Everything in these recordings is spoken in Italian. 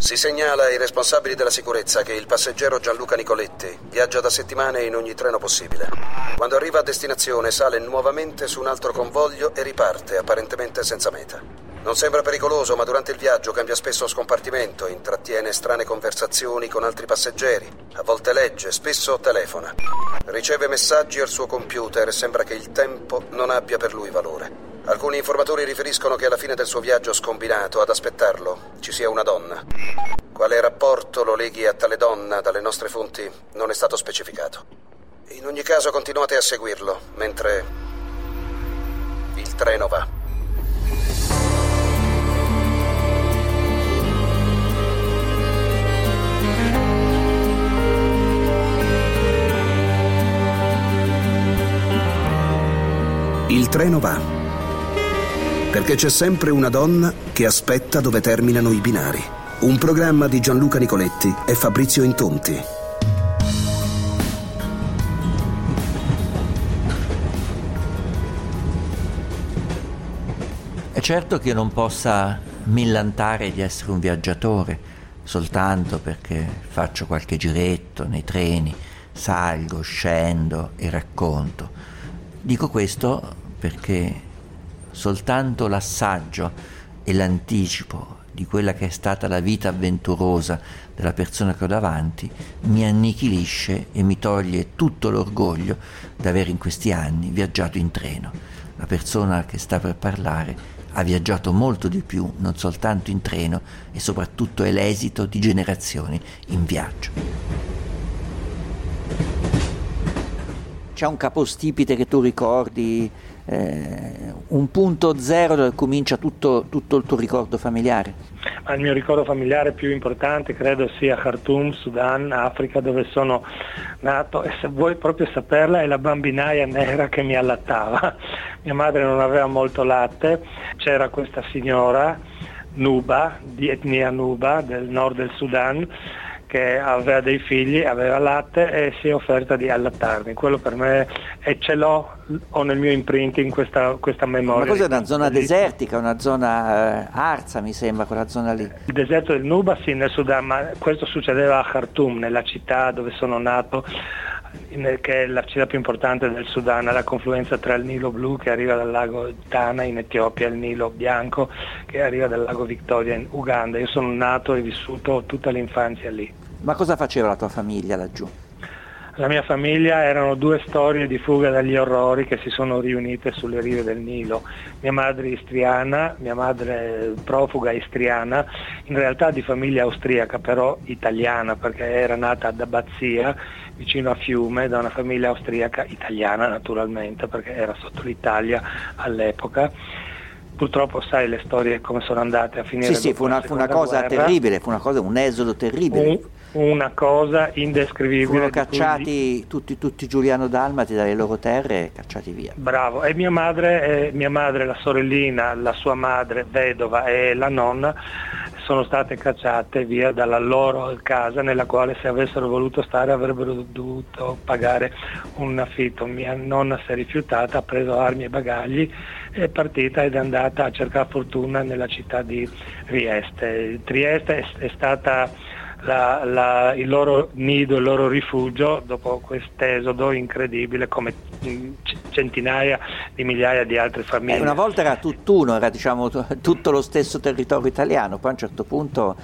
Si segnala ai responsabili della sicurezza che il passeggero Gianluca Nicoletti viaggia da settimane in ogni treno possibile. Quando arriva a destinazione sale nuovamente su un altro convoglio e riparte, apparentemente senza meta. Non sembra pericoloso, ma durante il viaggio cambia spesso scompartimento, intrattiene strane conversazioni con altri passeggeri, a volte legge, spesso telefona. Riceve messaggi al suo computer e sembra che il tempo non abbia per lui valore. Alcuni informatori riferiscono che alla fine del suo viaggio scombinato ad aspettarlo ci sia una donna. Quale rapporto lo leghi a tale donna dalle nostre fonti non è stato specificato. In ogni caso continuate a seguirlo mentre il treno va. Il treno va. Perché c'è sempre una donna che aspetta dove terminano i binari. Un programma di Gianluca Nicoletti e Fabrizio Intonti. È certo che io non possa millantare di essere un viaggiatore soltanto perché faccio qualche giretto nei treni, salgo, scendo e racconto. Dico questo perché soltanto l'assaggio e l'anticipo di quella che è stata la vita avventurosa della persona che ho davanti mi annichilisce e mi toglie tutto l'orgoglio di aver in questi anni viaggiato in treno. La persona che sta per parlare ha viaggiato molto di più, non soltanto in treno, e soprattutto è l'esito di generazioni in viaggio. C'è un capostipite che tu ricordi, un punto zero dove comincia tutto il tuo ricordo familiare? Il mio ricordo familiare più importante credo sia Khartoum, Sudan, Africa, dove sono nato, e se vuoi proprio saperla è la bambinaia nera che mi allattava. Mia madre non aveva molto latte, c'era questa signora Nuba, di etnia Nuba, del nord del Sudan, che aveva dei figli, aveva latte e si è offerta di allattarmi. Quello per me, e ce ho nel mio imprinting questa memoria. Ma cos'è, una zona desertica, una zona arsa mi sembra, quella zona lì? Il deserto del Nuba, sì, nel Sudan, ma questo succedeva a Khartoum, nella città dove sono nato, che è la città più importante del Sudan, alla confluenza tra il Nilo blu che arriva dal lago Tana in Etiopia e il Nilo bianco che arriva dal lago Victoria in Uganda. Io sono nato e vissuto tutta l'infanzia lì. Ma cosa faceva la tua famiglia laggiù? La mia famiglia erano due storie di fuga dagli orrori che si sono riunite sulle rive del Nilo. Mia madre istriana, mia madre profuga istriana, in realtà di famiglia austriaca, però italiana, perché era nata ad Abbazia, vicino a Fiume, da una famiglia austriaca italiana naturalmente, perché era sotto l'Italia all'epoca. Purtroppo sai le storie come sono andate a finire. Sì, fu una cosa guerra. Terribile, un esodo terribile. Una cosa indescrivibile. Furono cacciati tutti Giuliano Dalmati dalle loro terre e cacciati via. Bravo, e mia madre, la sorellina, la sua madre vedova e la nonna sono state cacciate via dalla loro casa, nella quale se avessero voluto stare avrebbero dovuto pagare un affitto. Mia nonna si è rifiutata, ha preso armi e bagagli, è partita ed è andata a cercare fortuna nella città di Trieste. Trieste è stata il loro nido, il loro rifugio dopo quest'esodo incredibile, come centinaia di migliaia di altre famiglie. Una volta era tutt'uno, era tutto lo stesso territorio italiano, poi a un certo punto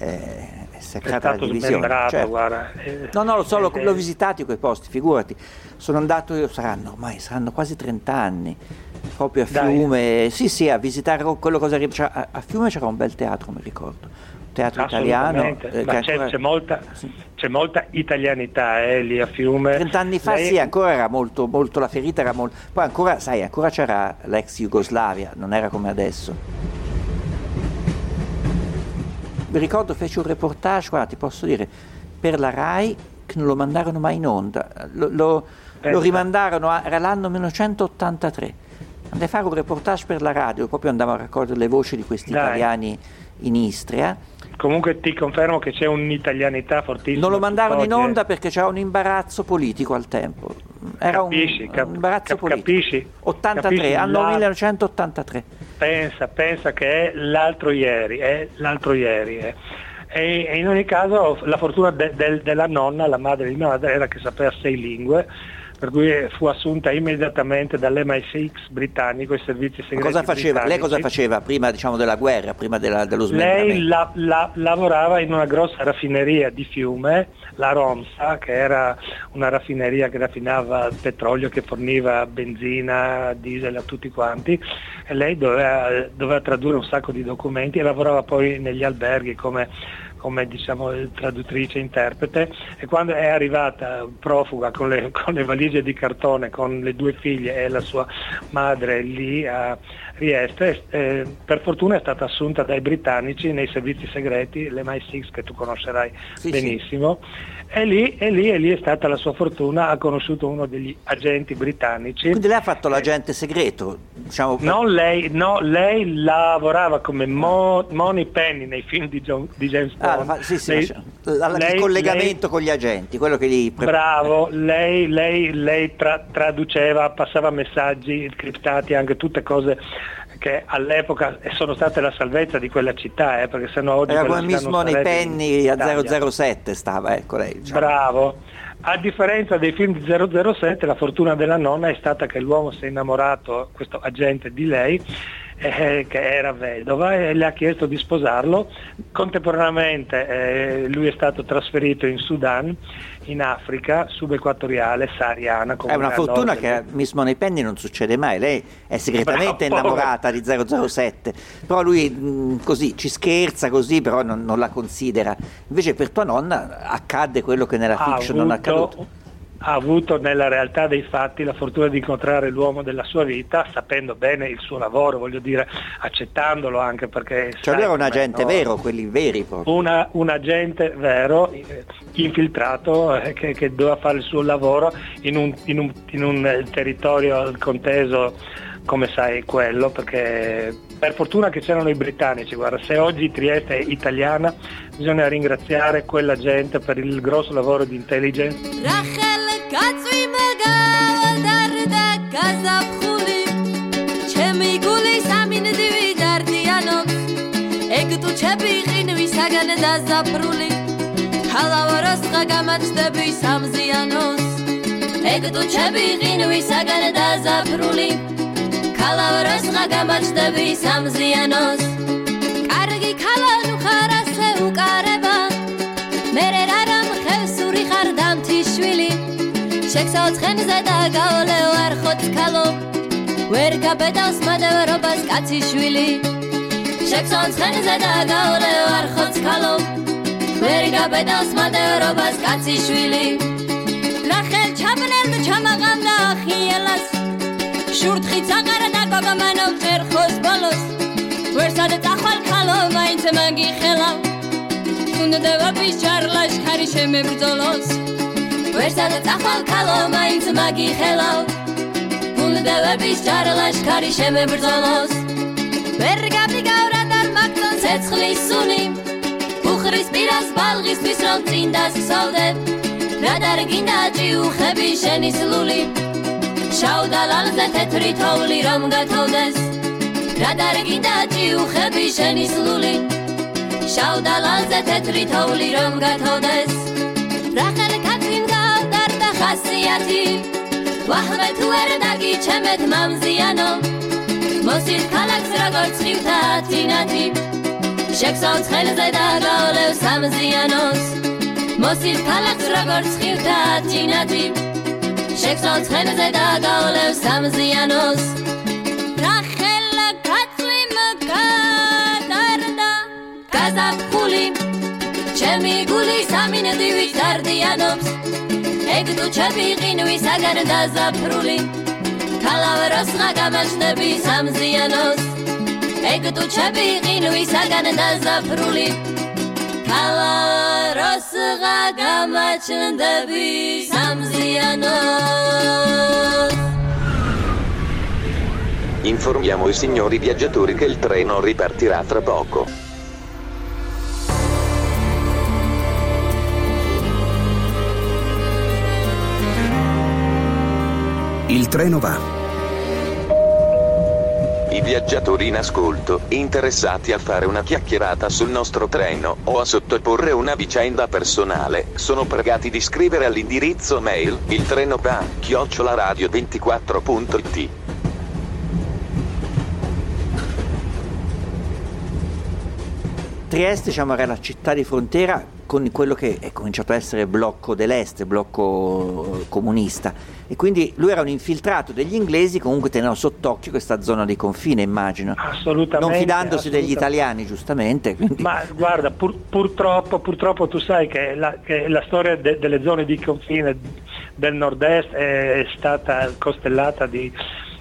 è secata la divisione. Certo. Guarda, no, lo so, l'ho visitati quei posti, figurati. Sono andato, saranno quasi 30 anni, proprio a Fiume, sì, a visitare quello cosa a Fiume c'era un bel teatro, mi ricordo. Teatro italiano, c'è molta italianità lì a Fiume. 30 anni fa sì, ancora era molto, la ferita era molto, poi ancora c'era l'ex Jugoslavia, non era come adesso. Mi ricordo feci un reportage, guarda, ti posso dire, per la Rai, che non lo mandarono mai in onda, lo rimandarono, era l'anno 1983, andai a fare un reportage per la radio, proprio andavo a raccogliere le voci di questi italiani in Istria. Comunque ti confermo che c'è un'italianità fortissima. Non lo mandarono in onda perché c'era un imbarazzo politico al tempo. Era un imbarazzo politico. Capisci? 83, anno 1983. Pensa che è l'altro ieri. E in ogni caso la fortuna della nonna, la madre di mia madre, era che sapeva 6 lingue, per cui fu assunta immediatamente dall'MI6 britannico, i servizi segreti britannici. Lei cosa faceva prima, diciamo, della guerra, prima dello Lei smembramento? lavorava in una grossa raffineria di Fiume, la Romsa, che era una raffineria che raffinava petrolio, che forniva benzina, diesel a tutti quanti, e lei doveva tradurre un sacco di documenti, e lavorava poi negli alberghi come diciamo traduttrice, interprete, e quando è arrivata profuga con le valigie di cartone, con le 2 figlie e la sua madre lì a Trieste, per fortuna è stata assunta dai britannici nei servizi segreti, l'MI6 che tu conoscerai benissimo. Sì. E lì è stata la sua fortuna, ha conosciuto uno degli agenti britannici. Quindi lei ha fatto l'agente segreto? Diciamo, Non lei, no, lei lavorava come Money Penny nei film di James Bond. Il collegamento con gli agenti, quello che gli bravo, lei traduceva, passava messaggi criptati, anche tutte cose che all'epoca sono state la salvezza di quella città, perché sennò oggi era come Miss Money Penny a 007 stava, ecco lei. Diciamo. Bravo. A differenza dei film di 007, la fortuna della nonna è stata che l'uomo si è innamorato, questo agente, di lei, che era vedova, e le ha chiesto di sposarlo. Contemporaneamente lui è stato trasferito in Sudan, in Africa subequatoriale, sahariana. È una fortuna che a Miss Moneypenny non succede mai, lei è segretamente innamorata di 007, però lui così ci scherza così, però non la considera. Invece per tua nonna accadde quello che nella fiction non è accaduto. Ha avuto nella realtà dei fatti la fortuna di incontrare l'uomo della sua vita, sapendo bene il suo lavoro, voglio dire, accettandolo, anche perché... Cioè lui era un agente vero, quelli veri proprio. Un agente vero, infiltrato, che doveva fare il suo lavoro in un territorio conteso, come sai quello, perché per fortuna che c'erano i britannici. Guarda, se oggi Trieste è italiana, bisogna ringraziare quella gente per il grosso lavoro di intelligence. Kalavaros gamachtbi samzianos Kargi kalanu kharase ukareba Mereraram khevsuri khardam tishvili Sheksot khenze da gaole war khot kalo Werka bedas madevrobas katishvili Sheksot khenze da gaole war khot kalo Werka bedas madevrobas katishvili Rachel chabnel chamagam da khielas Shurtkhit zagara da gogamanom kherkhos bolos Versad takhval khalo maint magi khela Tunda deva bicharlash khari shemebრძოლოს Versad takhval khalo maint magi khela Tunda deva bicharlash khari shemebრძოლოს Ver gabigaura dar magton setzkhlis suni Bukhris piras balgistvis rom tsindas sovde Ra dar ginda jiuxebi shenis luli Shaudalalze tetri toli rom gatovdes Ra darginda jiuxebi shenis luli Shaudalalze tetri toli rom gatovdes Rachel katrin gavdarda khasiyati Wahmet uerdagi chemet mamziano Mosit kalaks ragorts khivta tinati Sheksot khelze da gaolev samzianos Mosit kalaks ragorts khivta tinati Sheksot khelze da gaolev samzianos Rachel katrim kadarda Kazapkhuli Chemi guli samin divich dardianops Egdu chebi qinvi sagan da zapruli Kalavaros gamachtbi samzianos Egdu chebi qinvi sagan da zapruli Kalavaros gamachtbi samzianos Informiamo i signori viaggiatori che il treno ripartirà tra poco. Il treno va. I viaggiatori in ascolto, interessati a fare una chiacchierata sul nostro treno o a sottoporre una vicenda personale, sono pregati di scrivere all'indirizzo mail iltrenova@radio24.it. Trieste, diciamo, era la città di frontiera con quello che è cominciato a essere blocco dell'Est, blocco comunista, e quindi lui era un infiltrato degli inglesi, comunque tenevano sott'occhio questa zona di confine, immagino. Assolutamente. Non fidandosi degli italiani, giustamente. Quindi. Ma guarda, purtroppo tu sai che la storia delle zone di confine del nord-est è stata costellata di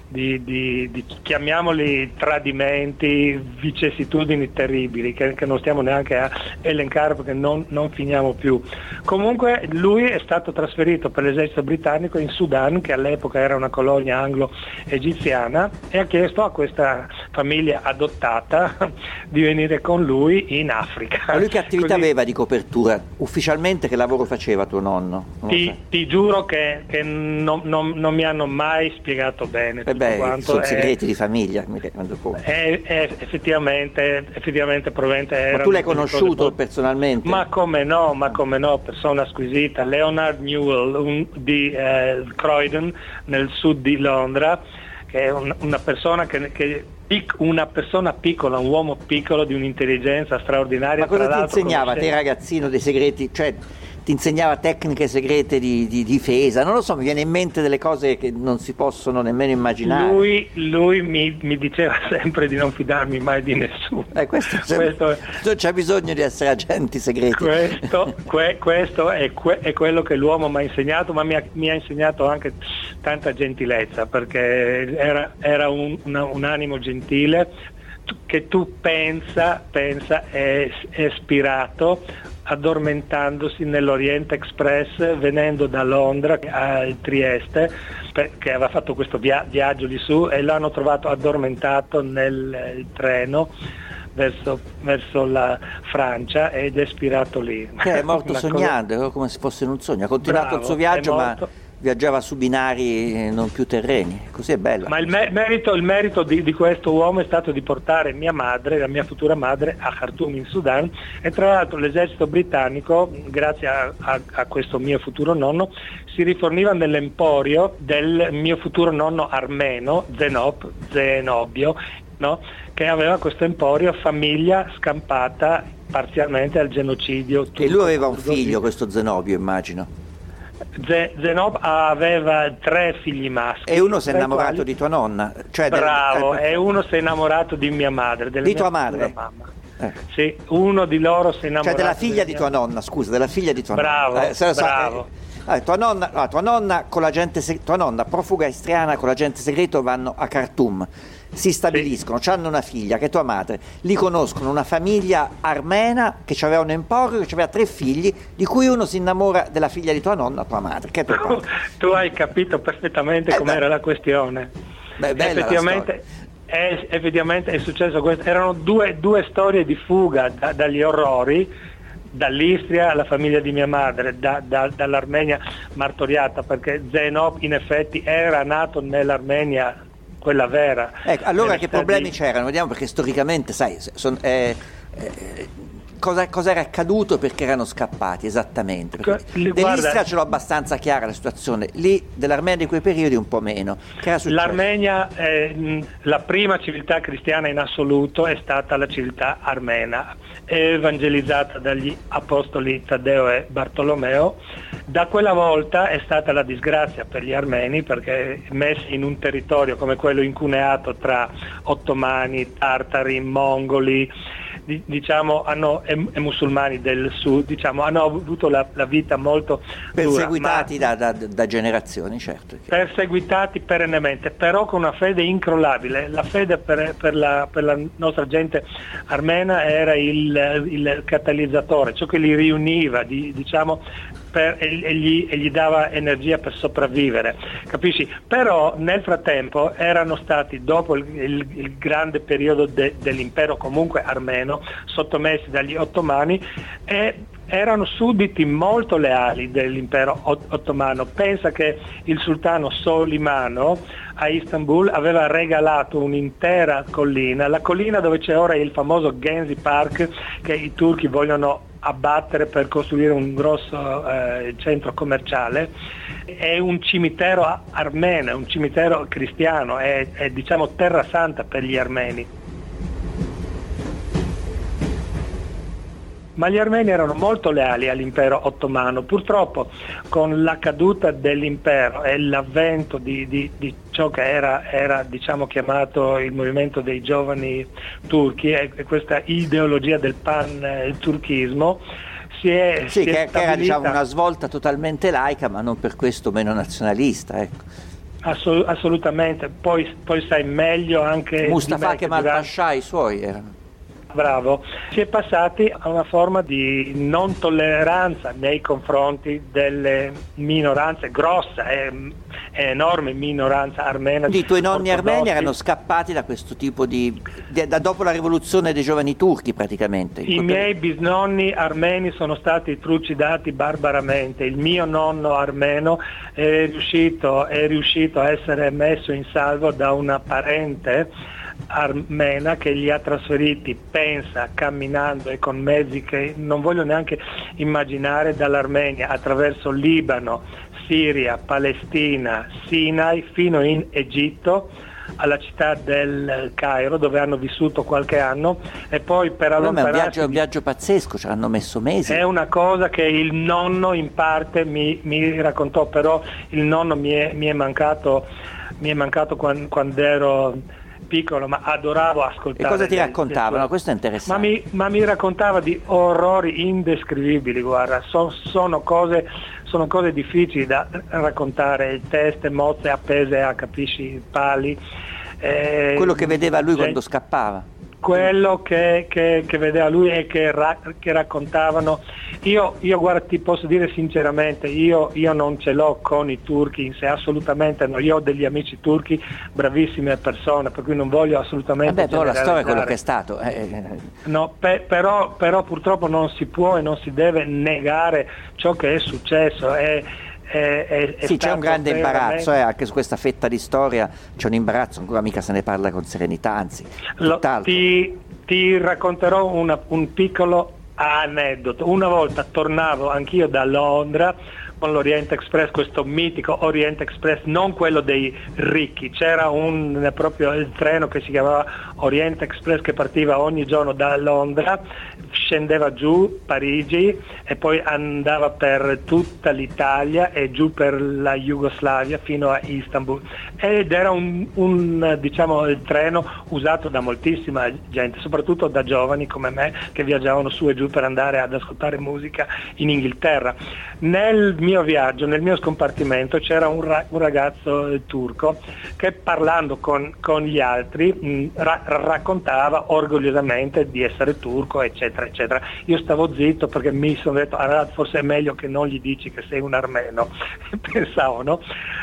chiamiamoli tradimenti, vicissitudini terribili che non stiamo neanche a elencare perché non finiamo più. Comunque lui è stato trasferito per l'esercito britannico in Sudan, che all'epoca era una colonia anglo-egiziana, e ha chiesto a questa famiglia adottata di venire con lui in Africa. Ma lui che attività aveva di copertura? Ufficialmente che lavoro faceva tuo nonno? Ti giuro che non mi hanno mai spiegato bene. Sono segreti di famiglia, mi rendo conto. Effettivamente probabilmente. Ma tu l'hai conosciuto personalmente? Ma come no, persona squisita. Leonard Newell di Croydon, nel sud di Londra, che è una persona una persona piccola, un uomo piccolo di un'intelligenza straordinaria. Ma cosa ti insegnava te ragazzino dei segreti? Cioè, ti insegnava tecniche segrete di difesa? Non lo so, mi viene in mente delle cose che non si possono nemmeno immaginare. Lui mi diceva sempre di non fidarmi mai di nessuno. Questo non c'è bisogno di essere agenti segreti. Questo è quello che l'uomo mi ha insegnato, ma mi ha insegnato anche tanta gentilezza, perché era un animo gentile che tu pensa è ispirato, addormentandosi nell'Orient Express, venendo da Londra a Trieste, che aveva fatto questo viaggio di su, e l'hanno trovato addormentato nel treno verso la Francia, ed è ispirato lì. Che è morto sognando, come se fosse in un sogno. Ha continuato il suo viaggio, ma viaggiava su binari non più terreni, così è bello. Ma il merito di questo uomo è stato di portare mia madre, la mia futura madre, a Khartoum in Sudan, e tra l'altro l'esercito britannico, grazie a questo mio futuro nonno, si riforniva nell'emporio del mio futuro nonno armeno, Zenobio, no? Che aveva questo emporio, famiglia scampata parzialmente al genocidio turco. E lui aveva un figlio, questo Zenobio, immagino. Zenob aveva 3 figli maschi. E uno si è innamorato di tua nonna. Cioè e uno si è innamorato di mia madre. Di tua madre? Mamma. Sì, uno di loro si è innamorato. Cioè della figlia di tua nonna, scusa, della figlia di tua nonna. Bravo. Tua nonna con l'agente tua nonna profuga istriana con l'agente segreto vanno a Khartoum. Si stabiliscono, hanno una figlia che è tua madre, li conoscono una famiglia armena che aveva un emporio, che aveva 3 figli, di cui uno si innamora della figlia di tua nonna, tua madre, che è tua madre. Tu hai capito perfettamente com'era la questione. Effettivamente è successo questo. Erano due storie di fuga dagli orrori, dall'Istria alla famiglia di mia madre, dall'Armenia martoriata, perché Zenob in effetti era nato nell'Armenia, quella vera. Allora che problemi c'erano? Vediamo, perché storicamente, sai, cosa era accaduto, perché erano scappati esattamente. Dell'Istria ce l'ho abbastanza chiara la situazione, lì dell'Armenia di quei periodi un po' meno. Che era successo? L'Armenia, la prima civiltà cristiana in assoluto è stata la civiltà armena, evangelizzata dagli apostoli Taddeo e Bartolomeo. Da quella volta è stata la disgrazia per gli armeni, perché messi in un territorio come quello incuneato tra ottomani, tartari, mongoli, diciamo, e musulmani del sud, diciamo, hanno avuto la vita molto perseguitati da generazioni, certo. Perseguitati perennemente, però con una fede incrollabile. La fede per la nostra gente armena era il catalizzatore, ciò che li riuniva, diciamo, e gli dava energia per sopravvivere, capisci? Però nel frattempo erano stati, dopo il grande periodo dell'impero comunque armeno, sottomessi dagli ottomani, e erano sudditi molto leali dell'impero ottomano. Pensa che il sultano Solimano a Istanbul aveva regalato un'intera collina, la collina dove c'è ora il famoso Genzi Park, che i turchi vogliono abbattere per costruire un grosso centro commerciale. È un cimitero armeno, è un cimitero cristiano, è diciamo terra santa per gli armeni. Ma gli armeni erano molto leali all'impero ottomano. Purtroppo con la caduta dell'impero e l'avvento di ciò che era diciamo chiamato il movimento dei giovani turchi, e questa ideologia del pan-turchismo, che era diciamo una svolta totalmente laica, ma non per questo meno nazionalista, ecco. Assolutamente. Poi sai meglio anche Mustafa Kemal Pasha, i suoi erano. Bravo, si è passati a una forma di non tolleranza nei confronti delle minoranze, grossa e enorme minoranza armena. I tuoi nonni ortodossi armeni erano scappati da questo tipo da dopo la rivoluzione dei giovani turchi praticamente. I miei bisnonni armeni sono stati trucidati barbaramente. Il mio nonno armeno è riuscito a essere messo in salvo da una parente armena che li ha trasferiti, pensa, camminando e con mezzi che non voglio neanche immaginare, dall'Armenia attraverso Libano, Siria, Palestina, Sinai fino in Egitto, alla città del Cairo, dove hanno vissuto qualche anno, e poi per allontanarsi. È un viaggio pazzesco, ci hanno messo mesi. È una cosa che il nonno in parte mi raccontò, però il nonno mi è mancato quando ero piccolo, ma adoravo ascoltare. E cosa ti raccontavano? Questo è interessante. Ma mi raccontava di orrori indescrivibili, guarda, sono cose difficili da raccontare, teste, mozze appese a, capisci, pali. Quello che vedeva lui quando scappava. Quello che vedeva lui e che raccontavano. Io guarda, ti posso dire sinceramente, io non ce l'ho con i turchi in sé, assolutamente no. Io ho degli amici turchi, bravissime persone, per cui non voglio assolutamente però la storia è quello che è stato. No, però purtroppo non si può e non si deve negare ciò che è successo. Sì, c'è un grande imbarazzo, anche su questa fetta di storia c'è un imbarazzo, ancora mica se ne parla con serenità, anzi ti racconterò un piccolo aneddoto. Una volta tornavo anch'io da Londra con l'Orient Express, questo mitico Orient Express, non quello dei ricchi, c'era proprio il treno che si chiamava Orient Express che partiva ogni giorno da Londra, scendeva giù Parigi e poi andava per tutta l'Italia e giù per la Jugoslavia fino a Istanbul, ed era il treno usato da moltissima gente, soprattutto da giovani come me che viaggiavano su e giù per andare ad ascoltare musica in Inghilterra. Nel mio viaggio, nel mio scompartimento, c'era un ragazzo turco che, parlando con gli altri, raccontava orgogliosamente di essere turco, eccetera eccetera. Io stavo zitto perché mi sono detto forse è meglio che non gli dici che sei un armeno. Pensavo, no?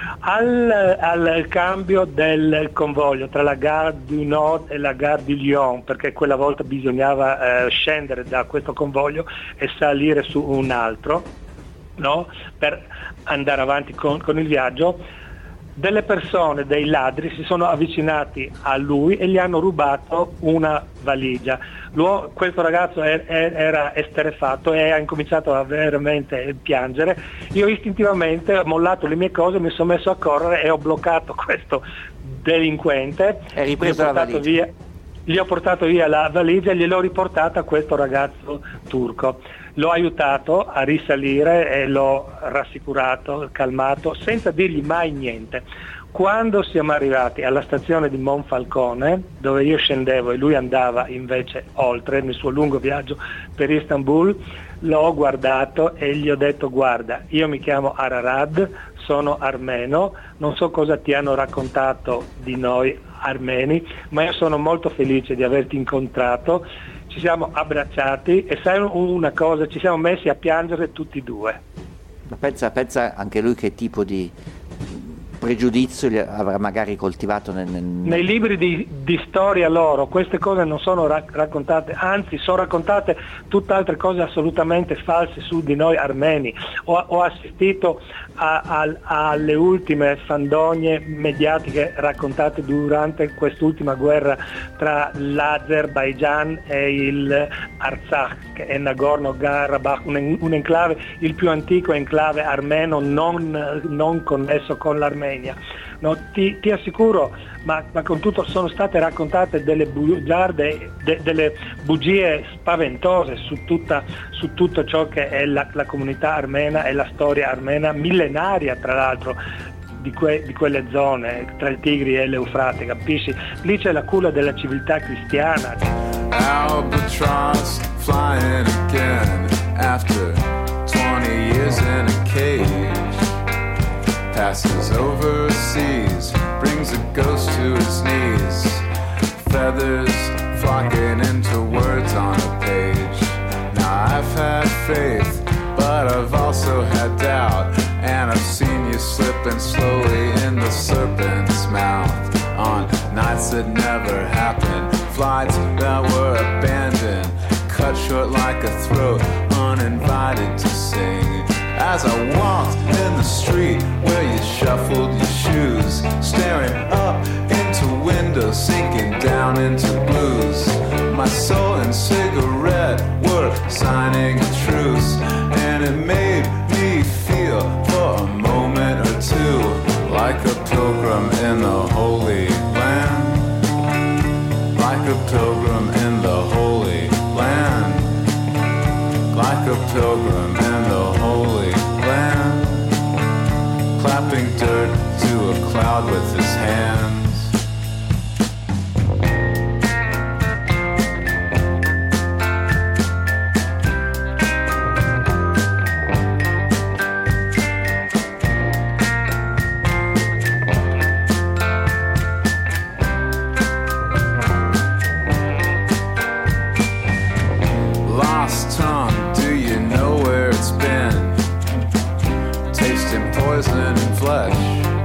Al cambio del convoglio tra la Gare du Nord e la Gare di Lyon, perché quella volta bisognava scendere da questo convoglio e salire su un altro, no? Per andare avanti con il viaggio, delle persone, dei ladri, si sono avvicinati a lui e gli hanno rubato una valigia. Questo ragazzo era esterrefatto e ha incominciato a veramente piangere. Io istintivamente ho mollato le mie cose, mi sono messo a correre e ho bloccato questo delinquente. Hai ripreso la valigia? Gli ho portato via la valigia e gliel'ho riportata a questo ragazzo turco. L'ho aiutato a risalire e l'ho rassicurato, calmato, senza dirgli mai niente. Quando siamo arrivati alla stazione di Monfalcone, dove io scendevo e lui andava invece oltre nel suo lungo viaggio per Istanbul, l'ho guardato e gli ho detto: guarda, io mi chiamo Ararad, sono armeno, non so cosa ti hanno raccontato di noi armeni, ma io sono molto felice di averti incontrato. Ci siamo abbracciati e sai una cosa, ci siamo messi a piangere tutti e due. Pensa anche lui che tipo di pregiudizio avrà magari coltivato nei libri di storia loro. Queste cose non sono raccontate, anzi sono raccontate tutt'altre cose assolutamente false su di noi armeni. Ho assistito alle ultime fandonie mediatiche raccontate durante quest'ultima guerra tra l'Azerbaigian e il Artsakh, che è Nagorno-Karabakh, un enclave, il più antico enclave armeno non connesso con l'Armenia. No, ti assicuro, ma con tutto sono state raccontate delle bugiarde, delle bugie spaventose su tutto ciò che è la comunità armena e la storia armena millenaria, tra l'altro, di quelle zone tra il Tigri e l'Eufrate, capisci? Lì c'è la culla della civiltà cristiana. Albatross flying again after 20 years in a cage. Passes overseas, brings a ghost to his knees. Feathers flocking into words on a page. Now I've had faith, but I've also had doubt. And I've seen you slipping slowly in the serpent's mouth. On nights that never happened, flights that were abandoned, cut short like a throat, uninvited to sing. As I walked in the street where you shuffled your shoes, staring up into windows, sinking down into blues. My soul and cigarette were signing a truce, and it made me feel for a moment or two like a pilgrim in the Holy Land. Like a pilgrim in the Holy Land. Like a pilgrim in the Holy Land, clapping dirt to a cloud with his hands. Lost tongue, do you know where it's been? Tasting poison and flesh,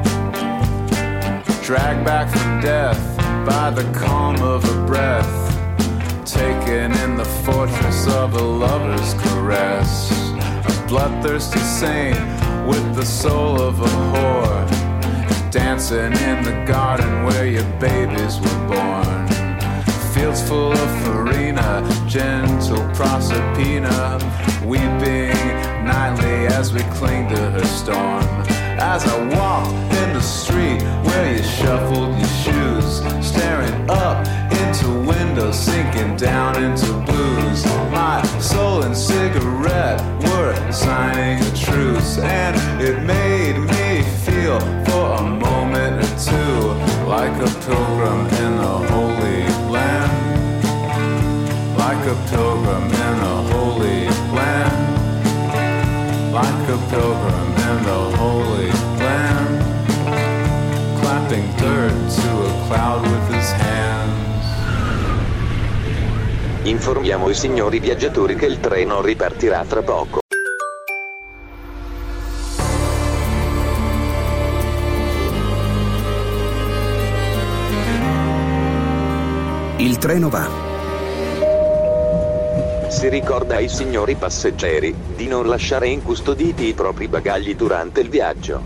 dragged back from death by the calm of a breath, taken in the fortress of a lover's caress. A bloodthirsty saint with the soul of a whore, dancing in the garden where your babies were born. Fields full of farina, gentle Proserpina, weeping nightly as we cling to her storm. As I walk in the street where you shuffled your shoes, staring up into windows, sinking down into blues. My soul and cigarette were signing a truce, and it made me feel for a moment or two like a pilgrim in the Holy Land. Like a pilgrim in the Holy Land. Like a pilgrim in the Holy Land, clapping dirt to a cloud with his hands. Informiamo i signori viaggiatori che il treno ripartirà tra poco. Il treno va. Si ricorda ai signori passeggeri di non lasciare incustoditi i propri bagagli durante il viaggio.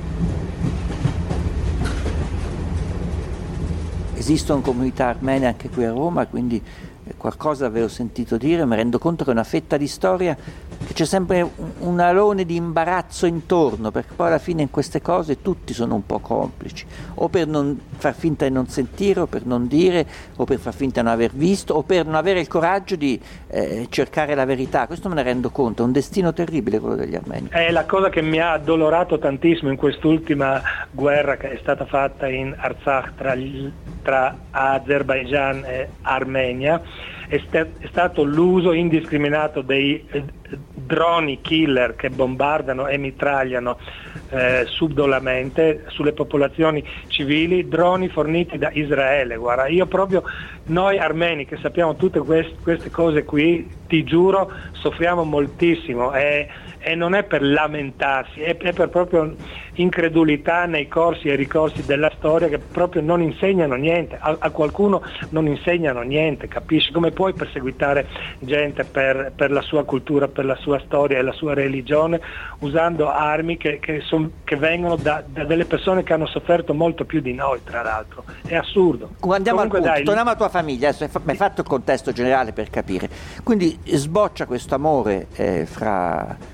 Esistono comunità armene anche qui a Roma, quindi qualcosa avevo sentito dire, mi rendo conto che è una fetta di storia che c'è sempre un alone di imbarazzo intorno, perché poi alla fine in queste cose tutti sono un po' complici, o per non far finta di non sentire, o per non dire, o per far finta di non aver visto, o per non avere il coraggio di cercare la verità. Questo me ne rendo conto, è un destino terribile quello degli armeni. È la cosa che mi ha addolorato tantissimo in quest'ultima guerra che è stata fatta in Artsakh tra Azerbaigian e Armenia. È stato l'uso indiscriminato dei droni killer che bombardano e mitragliano subdolamente sulle popolazioni civili, droni forniti da Israele. Guarda, noi armeni che sappiamo tutte queste cose qui, ti giuro, soffriamo moltissimo e e non è per lamentarsi, è per proprio incredulità nei corsi e ricorsi della storia che proprio non insegnano niente, a qualcuno non insegnano niente, capisci? Come puoi perseguitare gente per la sua cultura, per la sua storia e la sua religione usando armi che vengono da delle persone che hanno sofferto molto più di noi, tra l'altro? È assurdo. Andiamo Comunque, al punto, dai, torniamo alla tua famiglia, adesso mi hai fatto il contesto generale per capire, quindi sboccia questo amore fra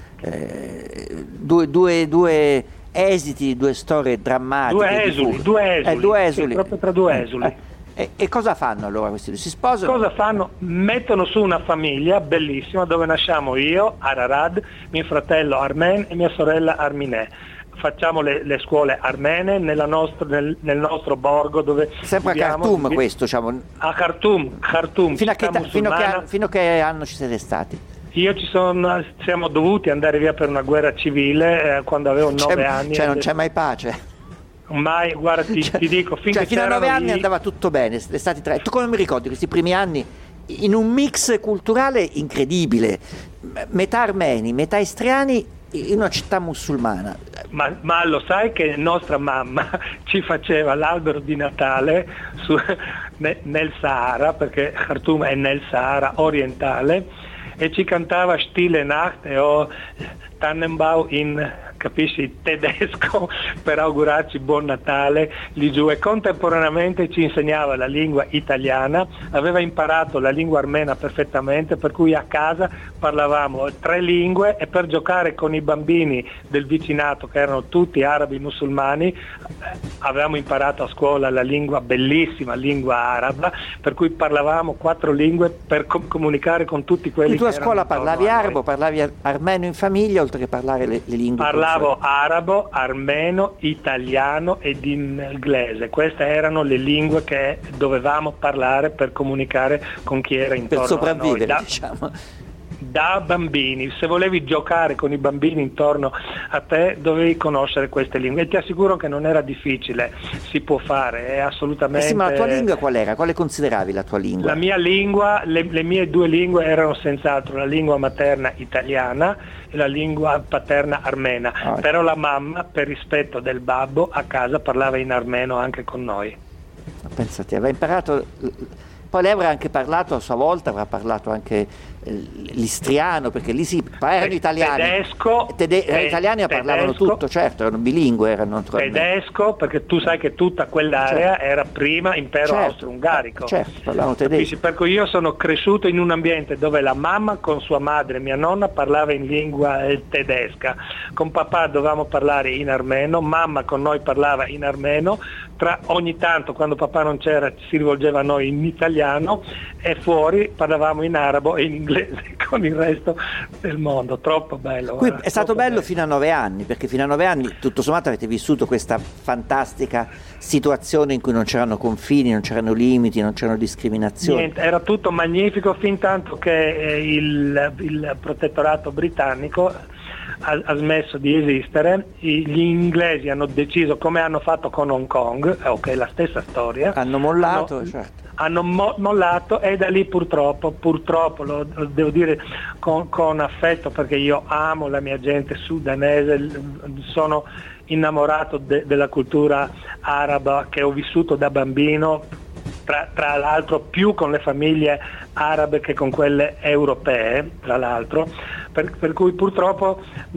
due esiti, due storie drammatiche, due esuli, sì, proprio tra due esuli. E cosa fanno allora questi due? Si sposano? Cosa fanno? Mettono su una famiglia bellissima dove nasciamo io, Ararad, mio fratello Armen e mia sorella Armineh. Facciamo le scuole armene nel nostro borgo dove sempre viviamo, a Khartoum questo, diciamo. A Khartoum. Fino a che anno ci siete stati? Siamo dovuti andare via per una guerra civile quando avevo 9 anni. Cioè non c'è mai pace? Mai, guarda, ti dico, finché fino a 9 anni andava tutto bene, stati 3. Tu come mi ricordi questi primi anni in un mix culturale incredibile, metà armeni, metà istriani in una città musulmana? Ma lo sai che nostra mamma ci faceva l'albero di Natale nel Sahara, perché Khartoum è nel Sahara orientale, e ci cantava Stille Nacht o Tannenbaum in, capisci, tedesco per augurarci buon Natale lì giù, e contemporaneamente ci insegnava la lingua italiana, aveva imparato la lingua armena perfettamente, per cui a casa parlavamo 3 lingue, e per giocare con i bambini del vicinato che erano tutti arabi musulmani avevamo imparato a scuola la lingua, bellissima lingua araba, per cui parlavamo 4 lingue per comunicare con tutti quelli che erano. Tu a scuola parlavi arabo, parlavi armeno in famiglia, oltre che parlare le lingue? Parlavo arabo, armeno, italiano ed inglese. Queste erano le lingue che dovevamo parlare per comunicare con chi era intorno per sopravvivere, a noi. diciamo. Da bambini, se volevi giocare con i bambini intorno a te dovevi conoscere queste lingue, e ti assicuro che non era difficile, si può fare, è assolutamente... Sì, ma la tua lingua qual era? Quale consideravi la tua lingua? La mia lingua, le mie 2 lingue erano senz'altro la lingua materna italiana e la lingua paterna armena, però la mamma, per rispetto del babbo, a casa parlava in armeno anche con noi. Pensate, aveva imparato... Poi lei avrà anche parlato a sua volta, avrà parlato anche l'istriano, perché lì erano italiani. Gli italiani parlavano tutto, certo, erano bilingue, erano tedesco, perché tu sai che tutta quell'area era prima impero austro-ungarico. Certo, parlavano tedesco. Per cui io sono cresciuto in un ambiente dove la mamma con sua madre, mia nonna, parlava in lingua tedesca, con papà dovevamo parlare in armeno, mamma con noi parlava in armeno, ogni tanto quando papà non c'era si rivolgeva a noi in italiano, e fuori parlavamo in arabo e in inglese con il resto del mondo. Troppo bello. Qui è stato bello fino a 9 anni, perché fino a 9 anni tutto sommato avete vissuto questa fantastica situazione in cui non c'erano confini, non c'erano limiti, non c'erano discriminazioni. Niente, era tutto magnifico, fin tanto che il protettorato britannico ha smesso di esistere. Gli inglesi hanno deciso, come hanno fatto con Hong Kong, che è la stessa storia, hanno mollato, certo. Hanno mollato, e da lì purtroppo lo devo dire con affetto, perché io amo la mia gente sudanese, sono innamorato della cultura araba che ho vissuto da bambino, tra l'altro più con le famiglie arabe che con quelle europee, tra l'altro, per cui purtroppo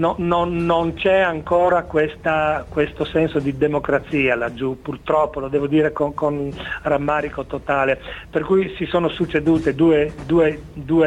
non c'è ancora questo senso di democrazia laggiù, purtroppo, lo devo dire con rammarico totale, per cui si sono succedute due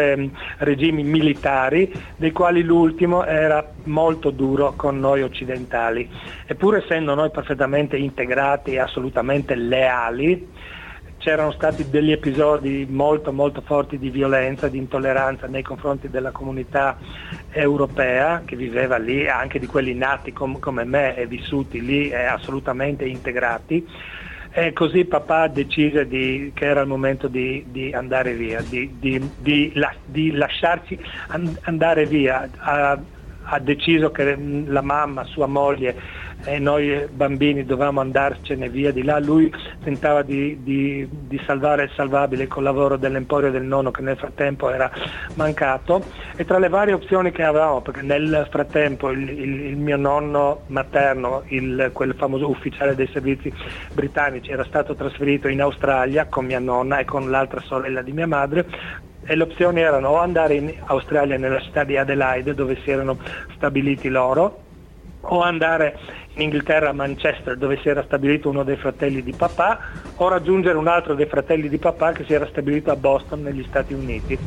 regimi militari, dei quali l'ultimo era molto duro con noi occidentali, eppur essendo noi perfettamente integrati e assolutamente leali, c'erano stati degli episodi molto molto forti di violenza, di intolleranza nei confronti della comunità europea che viveva lì, anche di quelli nati come me e vissuti lì assolutamente integrati, e così papà decise che era il momento di andare via, di lasciarci andare via. ha deciso che la mamma, sua moglie e noi bambini dovevamo andarcene via di là. Lui tentava di salvare il salvabile col lavoro dell'emporio del nonno, che nel frattempo era mancato, e tra le varie opzioni che avevamo, perché nel frattempo il mio nonno materno, quel famoso ufficiale dei servizi britannici, era stato trasferito in Australia con mia nonna e con l'altra sorella di mia madre, e le opzioni erano o andare in Australia nella città di Adelaide dove si erano stabiliti loro, o andare in Inghilterra a Manchester dove si era stabilito uno dei fratelli di papà, o raggiungere un altro dei fratelli di papà che si era stabilito a Boston negli Stati Uniti.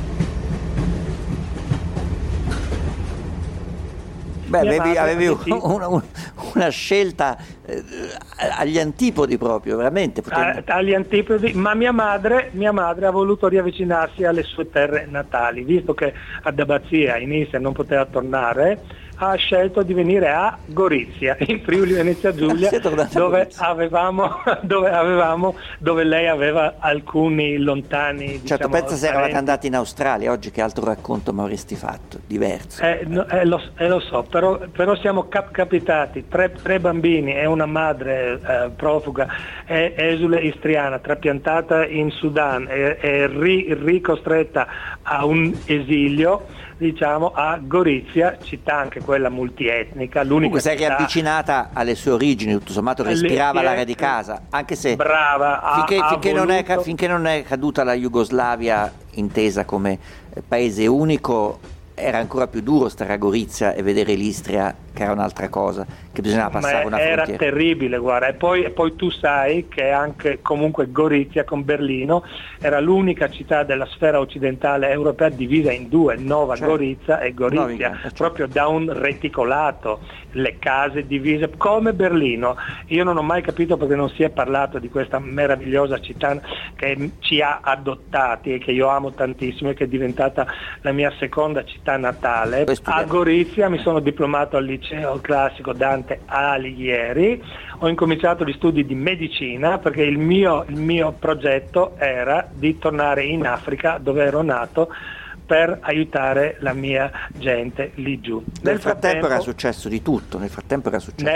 Beh, avevi una scelta agli antipodi proprio, veramente. Agli antipodi, ma mia madre ha voluto riavvicinarsi alle sue terre natali, visto che ad Abbazia in Istria non poteva tornare. Ha scelto di venire a Gorizia, in Friuli Venezia Giulia, dove lei aveva alcuni lontani. Certo, pensa se eravate andati in Australia, oggi che altro racconto mi avresti fatto? Diverso. Lo so, però siamo capitati, tre bambini e una madre profuga, esule istriana, trapiantata in Sudan e ricostretta a un esilio, diciamo, a Gorizia, città anche quella multietnica, l'unica. Comunque sei riavvicinata alle sue origini, tutto sommato respirava l'aria di casa, anche se brava, finché non è caduta la Jugoslavia intesa come paese unico, era ancora più duro stare a Gorizia e vedere l'Istria, che era un'altra cosa, che bisognava passare una frontiera. Era terribile, guarda, e poi tu sai che anche comunque Gorizia con Berlino era l'unica città della sfera occidentale europea divisa in due, Nova Gorizia e Gorizia, proprio da un reticolato, le case divise come Berlino. Io non ho mai capito perché non si è parlato di questa meravigliosa città che ci ha adottati e che io amo tantissimo e che è diventata la mia seconda città natale. A Gorizia mi sono diplomato al liceo classico Dante Alighieri, ho incominciato gli studi di medicina perché il mio progetto era di tornare in Africa dove ero nato per aiutare la mia gente lì giù. Nel frattempo era successo di tutto, nel frattempo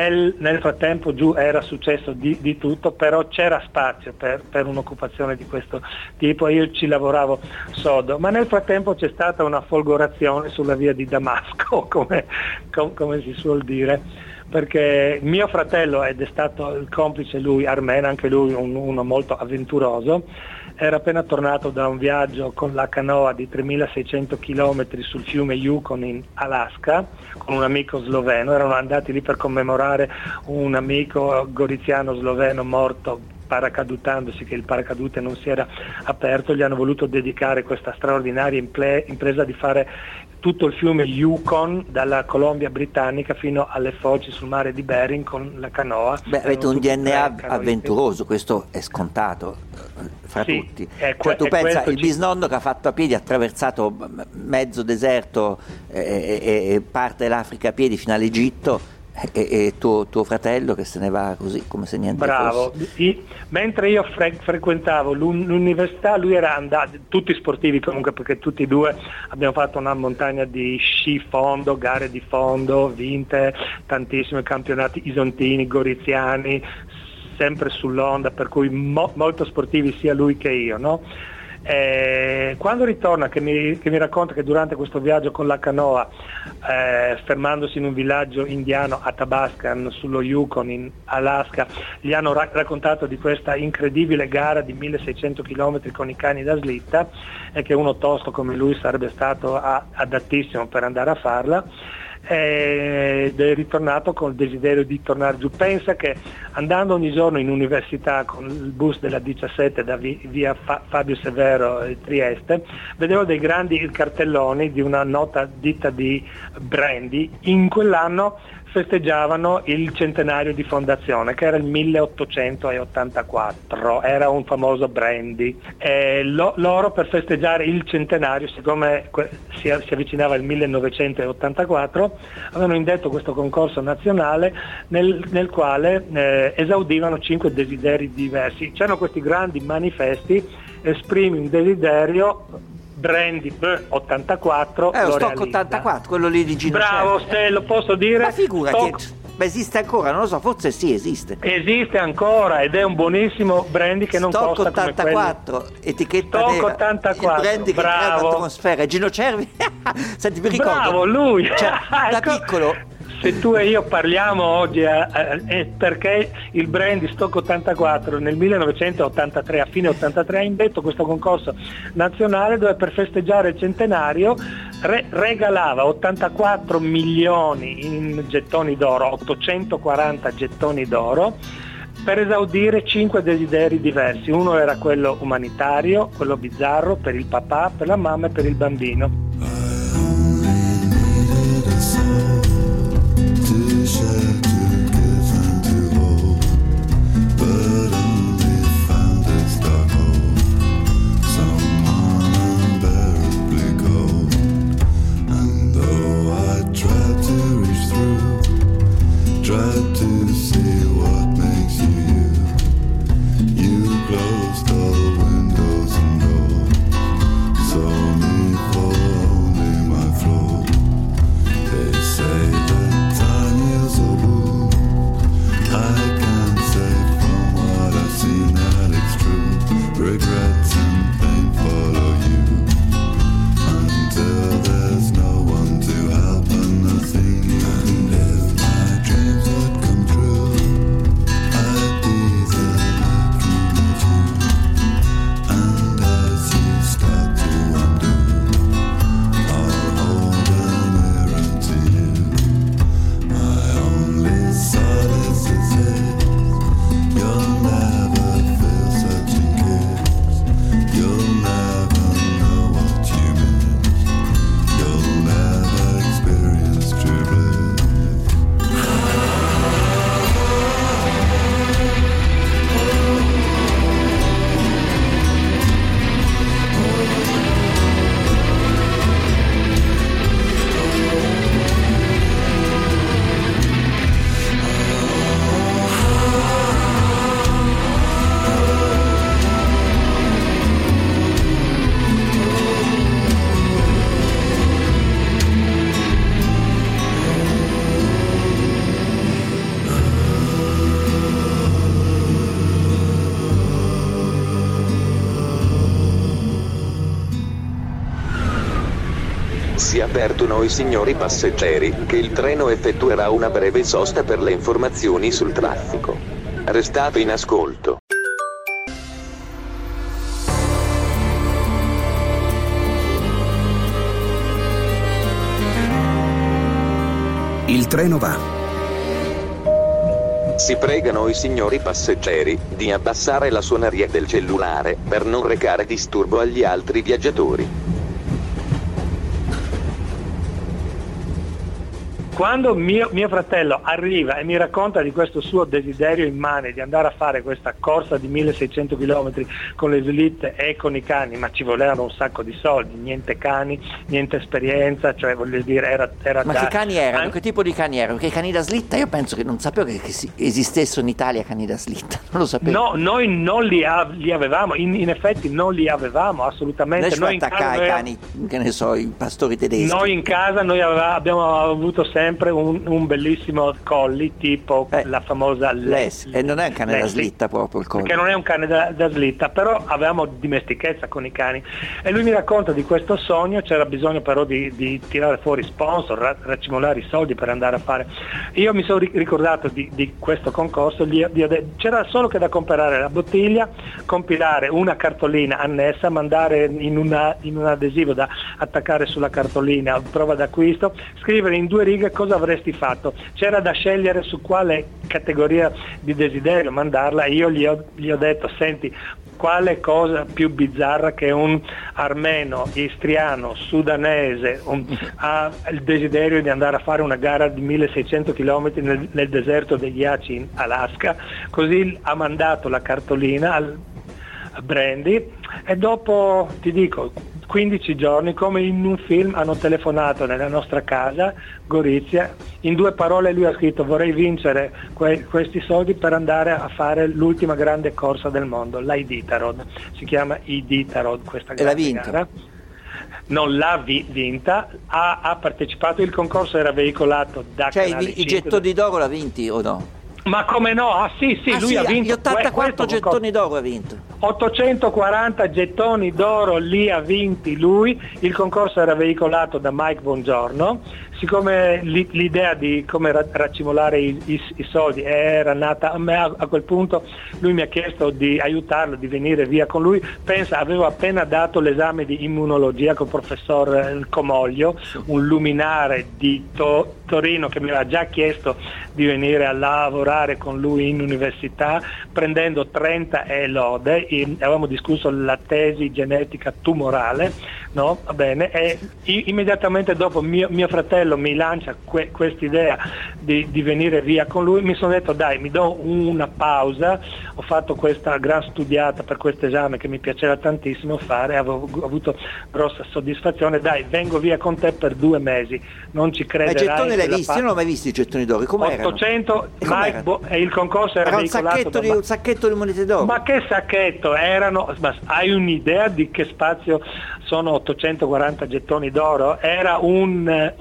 giù era successo di tutto, però c'era spazio per un'occupazione di questo tipo e io ci lavoravo sodo, ma nel frattempo c'è stata una folgorazione sulla via di Damasco, come si suol dire, perché mio fratello, ed è stato il complice lui, armeno, anche lui uno molto avventuroso, era appena tornato da un viaggio con la canoa di 3600 km sul fiume Yukon in Alaska con un amico sloveno. Erano andati lì per commemorare un amico goriziano sloveno morto paracadutandosi, che il paracadute non si era aperto. Gli hanno voluto dedicare questa straordinaria impresa di fare tutto il fiume Yukon dalla Colombia britannica fino alle foci sul mare di Bering con la canoa. Beh, avete un DNA avventuroso, questo è scontato fra tutti. Cioè, tu pensa, il bisnonno che ha fatto a piedi, ha attraversato mezzo deserto e parte dell'Africa a piedi fino all'Egitto, e tuo fratello che se ne va così come se niente bravo fosse. Mentre io frequentavo l'università, lui era andato, tutti sportivi comunque, perché tutti e due abbiamo fatto una montagna di sci fondo, gare di fondo vinte, tantissimi campionati isontini, goriziani, sempre sull'onda, per cui molto sportivi sia lui che io, no? Quando ritorna che mi racconta che durante questo viaggio con la canoa, fermandosi in un villaggio indiano a Tabascan sullo Yukon in Alaska, gli hanno raccontato di questa incredibile gara di 1600 km con i cani da slitta, e che uno tosto come lui sarebbe stato adattissimo per andare a farla, ed è ritornato con il desiderio di tornare giù. Pensa che andando ogni giorno in università con il bus della 17 da via Fabio Severo Trieste, vedevo dei grandi cartelloni di una nota ditta di brandy. In quell'anno festeggiavano il centenario di fondazione, che era il 1884, era un famoso brandy. Loro, per festeggiare il centenario, siccome si avvicinava il 1984, avevano indetto questo concorso nazionale nel quale esaudivano 5 desideri diversi. C'erano questi grandi manifesti: esprimi un desiderio, Brandy 84. Lo stock 84, quello lì di Gino Bravo, Cervi. se lo posso dire. Ma figurati, ma esiste ancora? Non lo so, forse sì, esiste. Esiste ancora ed è un buonissimo brandy che non stock costa 84, come etichetta Stock nera. 84, il brandy che crea l'atmosfera. Gino Cervi. Senti, mi ricordo. Bravo, lui. Cioè, da Ecco. piccolo. Se tu e io parliamo oggi è perché il Brandy Stock 84 nel 1983, a fine 83, ha indetto questo concorso nazionale dove per festeggiare il centenario regalava 84 milioni in gettoni d'oro, 840 gettoni d'oro, per esaudire 5 desideri diversi. Uno era quello umanitario, quello bizzarro per il papà, per la mamma e per il bambino. Tried to see what makes you you. You closed all the windows and doors, saw me for only my floor. They say that time heals a wound. I can't say from what I've seen that it's true. Regrets and pain follow you until there's no one to help and nothing you can do. Dreams would come true, I'd be there looking at you, and as you start to undo, I'll hold a mirror to you. My only solace is this: you'll never feel such a kiss, you'll never know what you miss, you'll never experience true bliss. Si avvertono i signori passeggeri che il treno effettuerà una breve sosta per le informazioni sul traffico. Restate in ascolto. Il treno va. Si pregano i signori passeggeri di abbassare la suoneria del cellulare per non recare disturbo agli altri viaggiatori. Quando mio fratello arriva e mi racconta di questo suo desiderio immane di andare a fare questa corsa di 1600 km con le slitte e con i cani, ma ci volevano un sacco di soldi, niente cani, niente esperienza, cioè voglio dire era Ma che cani erano? Che tipo di cani erano? Perché i cani da slitta io penso che non sapevo che esistessero in Italia cani da slitta, non lo sapevo. No, noi non li avevamo, in effetti non li avevamo assolutamente. Noi attaccare i cani, che ne so, i pastori tedeschi. Noi in casa abbiamo avuto sempre un bellissimo collie tipo la famosa Lassie. E non è un cane Lassie, da slitta proprio il collie. Perché non è un cane da slitta, però avevamo dimestichezza con i cani. E lui mi racconta di questo sogno, c'era bisogno però di tirare fuori sponsor, raccimolare i soldi per andare a fare. Io mi sono ricordato di questo concorso, c'era solo che da comprare la bottiglia, compilare una cartolina annessa, mandare in un adesivo da attaccare sulla cartolina, prova d'acquisto, scrivere in 2 righe cosa avresti fatto. C'era da scegliere su quale categoria di desiderio mandarla e io gli ho detto: senti, quale cosa più bizzarra che un armeno, istriano, sudanese ha il desiderio di andare a fare una gara di 1600 km nel deserto dei ghiacci in Alaska. Così ha mandato la cartolina al Brandy e dopo, ti dico, 15 giorni, come in un film, hanno telefonato nella nostra casa, Gorizia, in 2 parole lui ha scritto: vorrei vincere questi soldi per andare a fare l'ultima grande corsa del mondo, l'Iditarod, si chiama Iditarod questa gara. non l'ha vinta, ha partecipato, il concorso era veicolato da Cioè Canale i 5. gettoni d'oro l'ha vinti o no? Ma come no? Sì, lui ha vinto gli 84 questo gettoni d'oro ha vinto. 840 gettoni d'oro li ha vinti lui, il concorso era veicolato da Mike Bongiorno, siccome l'idea di come raccimolare i soldi era nata a me, a quel punto lui mi ha chiesto di aiutarlo, di venire via con lui. Pensa, avevo appena dato l'esame di immunologia col professor Comoglio, un luminare di Torino che mi aveva già chiesto di venire a lavorare con lui in università, prendendo 30 e lode. Avevamo discusso la tesi genetica tumorale, no? Va bene, e immediatamente dopo mio fratello mi lancia quest'idea di venire via con lui. Mi sono detto dai, mi do una pausa, ho fatto questa gran studiata per questo esame che mi piaceva tantissimo fare, avevo avuto grossa soddisfazione, dai, vengo via con te per 2 mesi, non ci crederai. I gettoni l'hai visti? Io non ho mai visto i gettoni d'oro, come 800 e il concorso era veicolato un sacchetto di monete d'oro. Ma che sacchetto erano? Ma hai un'idea di che spazio sono 840 gettoni d'oro? Era un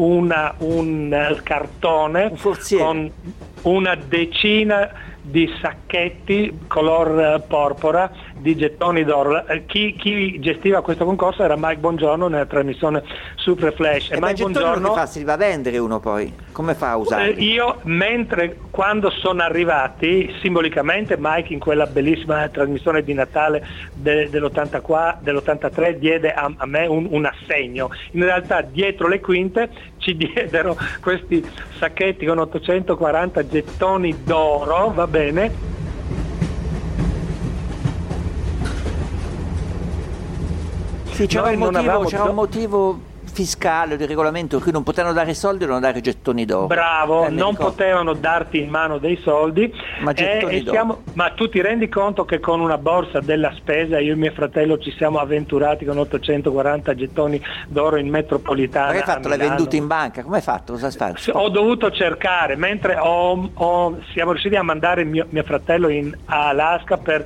cartone con una decina di sacchetti color porpora di gettoni d'oro. Chi gestiva questo concorso era Mike Bongiorno nella trasmissione Super Flash. Ma i gettoni non si va a vendere uno poi? Come fa a usare? Io, quando sono arrivati, simbolicamente Mike in quella bellissima trasmissione di Natale dell'83 diede a me un assegno. In realtà dietro le quinte ci diedero questi sacchetti con 840 gettoni d'oro, va bene? Sì, c'era un motivo fiscale di regolamento per cui non potevano dare soldi o non dare gettoni d'oro. Bravo, non potevano darti in mano dei soldi, ma gettoni d'oro. Ma tu ti rendi conto che con una borsa della spesa io e mio fratello ci siamo avventurati con 840 gettoni d'oro in metropolitana. Ma che hai fatto? L'hai venduto in banca? Come hai fatto? Cosa hai fatto? Ho dovuto cercare, mentre siamo riusciti a mandare mio fratello in Alaska per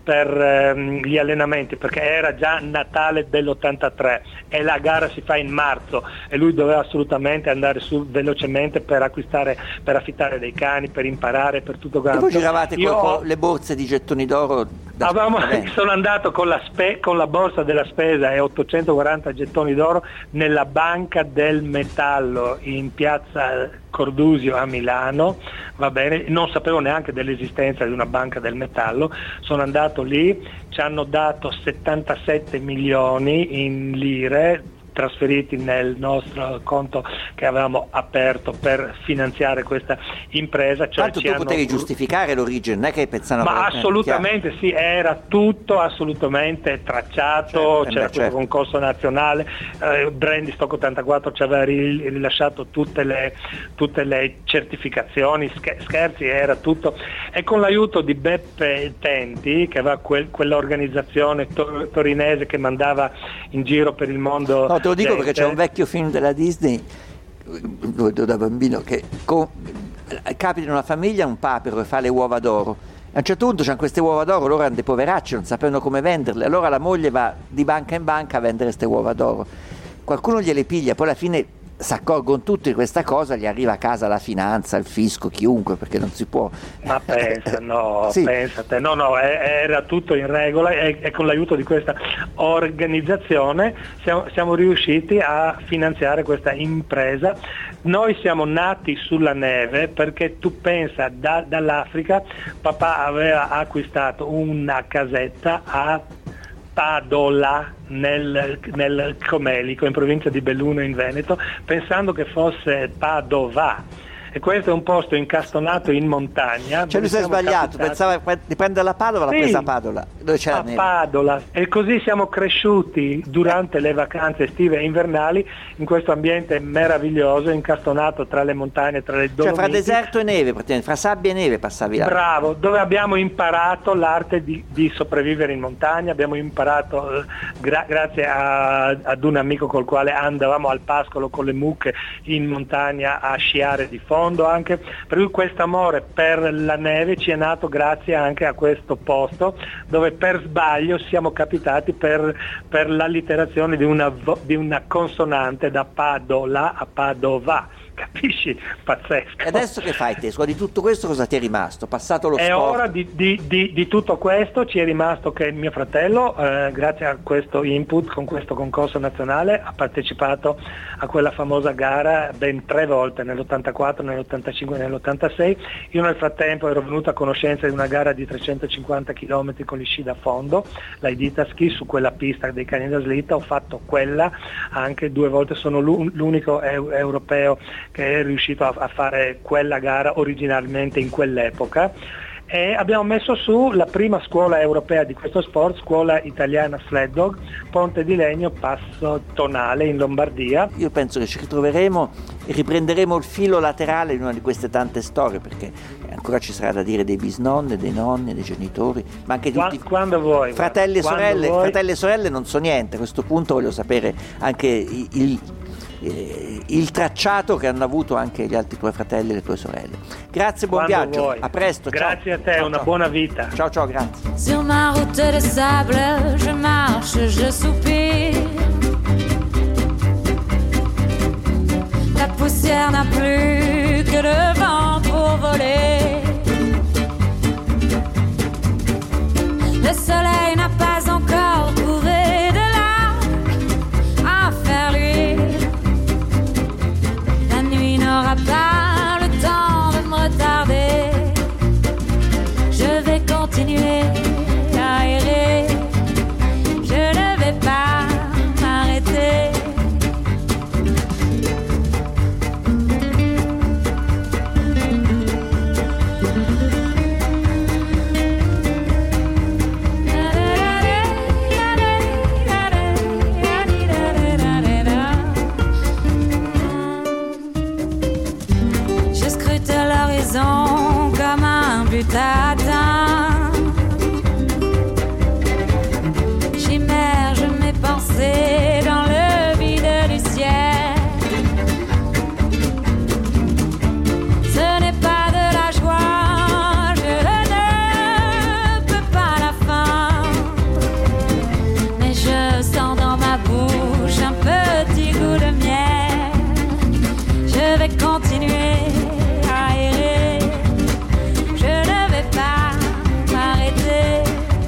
gli allenamenti, perché era già Natale dell'83 e la gara si fa in marzo e lui doveva assolutamente andare su velocemente per affittare dei cani, per imparare, per tutto quanto. E voi giravate con le borse di gettoni d'oro? Sono andato con la borsa della spesa e 840 gettoni d'oro nella Banca del Metallo in piazza Cordusio a Milano, va bene, non sapevo neanche dell'esistenza di una Banca del Metallo, sono andato lì, ci hanno dato 77 milioni in lire trasferiti nel nostro conto che avevamo aperto per finanziare questa impresa. Cioè tanto tu potevi giustificare l'origine, non è che pensavano... Ma assolutamente sì, era tutto assolutamente tracciato, c'era questo concorso nazionale, Brandystock 84 ci aveva rilasciato tutte le certificazioni, scherzi, era tutto, e con l'aiuto di Beppe Tenti, che aveva quell'organizzazione torinese che mandava in giro per il mondo. No, te lo dico perché c'è un vecchio film della Disney, lo vedo da bambino, che capita in una famiglia un papero e fa le uova d'oro. A un certo punto c'hanno queste uova d'oro, loro erano dei poveracci, non sapevano come venderle, allora la moglie va di banca in banca a vendere queste uova d'oro. Qualcuno gliele piglia, poi alla fine si accorgono tutti di questa cosa, gli arriva a casa la finanza, il fisco, chiunque, perché non si può. Ma pensa, no, sì. Pensate, no, era tutto in regola e con l'aiuto di questa organizzazione siamo riusciti a finanziare questa impresa. Noi siamo nati sulla neve perché tu pensa, dall'Africa papà aveva acquistato una casetta a Padola nel Comelico, in provincia di Belluno in Veneto, pensando che fosse Padova. E questo è un posto incastonato in montagna. Cioè lui si è sbagliato, pensava di prendere la Padova, l'ha presa a Padola, dove c'era neve. Padola. E così siamo cresciuti durante le vacanze estive e invernali in questo ambiente meraviglioso, incastonato tra le montagne, tra le Dolomiti. Cioè fra deserto e neve, praticamente, fra sabbia e neve passavi là. Bravo, dove abbiamo imparato l'arte di sopravvivere in montagna, abbiamo imparato grazie ad un amico col quale andavamo al pascolo con le mucche in montagna a sciare di fondo. fondo anche, per cui questo amore per la neve ci è nato grazie anche a questo posto, dove per sbaglio siamo capitati per l'allitterazione di una consonante da Padola a Padova. Capisci? Pazzesco. E adesso che fai te? Di tutto questo cosa ti è rimasto? Passato lo sport? E ora di tutto questo ci è rimasto che mio fratello, grazie a questo input, con questo concorso nazionale, ha partecipato a quella famosa gara ben 3 volte, nell'84, nell'85 e nell'86. Io nel frattempo ero venuto a conoscenza di una gara di 350 km con gli sci da fondo, la Idita Ski, su quella pista dei cani da slitta. Ho fatto quella anche 2 volte, sono l'unico europeo che è riuscito a fare quella gara originalmente in quell'epoca, e abbiamo messo su la prima scuola europea di questo sport, scuola italiana Sled Dog, Ponte di Legno, Passo Tonale in Lombardia. Io penso che ci ritroveremo e riprenderemo il filo laterale in una di queste tante storie, perché ancora ci sarà da dire dei bisnonni, dei nonni, dei genitori, ma anche tutti quando vuoi, fratelli e sorelle. vuoi. Fratelli e sorelle non so niente, a questo punto voglio sapere anche il tracciato che hanno avuto anche gli altri tuoi fratelli e le tue sorelle. Grazie, buon Quando viaggio, vuoi. a presto. Grazie ciao. a te, Ciao, una ciao. buona vita. Ciao, grazie. Sur ma route de sable, je marche, je soupire. La poussière n'a plus que le vent pour voler. Le soleil n'a pas encore trouvé de l'arc à faire luire. La nuit n'aura pas le temps de me retarder. Je vais continuer à errer. Je ne vais pas m'arrêter. Je scrute l'horizon comme un but atteint. J'immerge mes pensées dans le vide du ciel. Ce n'est pas de la joie, je ne peux pas la feindre. Mais je sens dans ma bouche un petit goût de miel. Je vais continuer à errer. Je ne vais pas m'arrêter.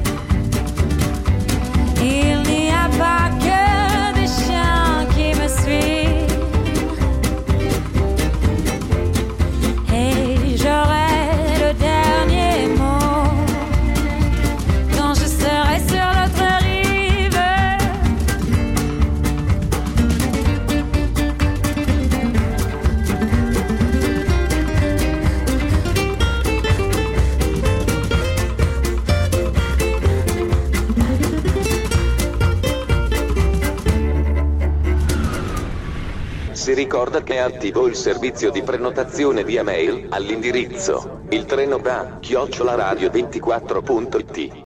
Il n'y a pas que des chiens qui me suivent. Et j'aurai le dernier mot quand je serai sur l'autre rive. Si ricorda che è attivo il servizio di prenotazione via mail all'indirizzo il treno va @radio24.it.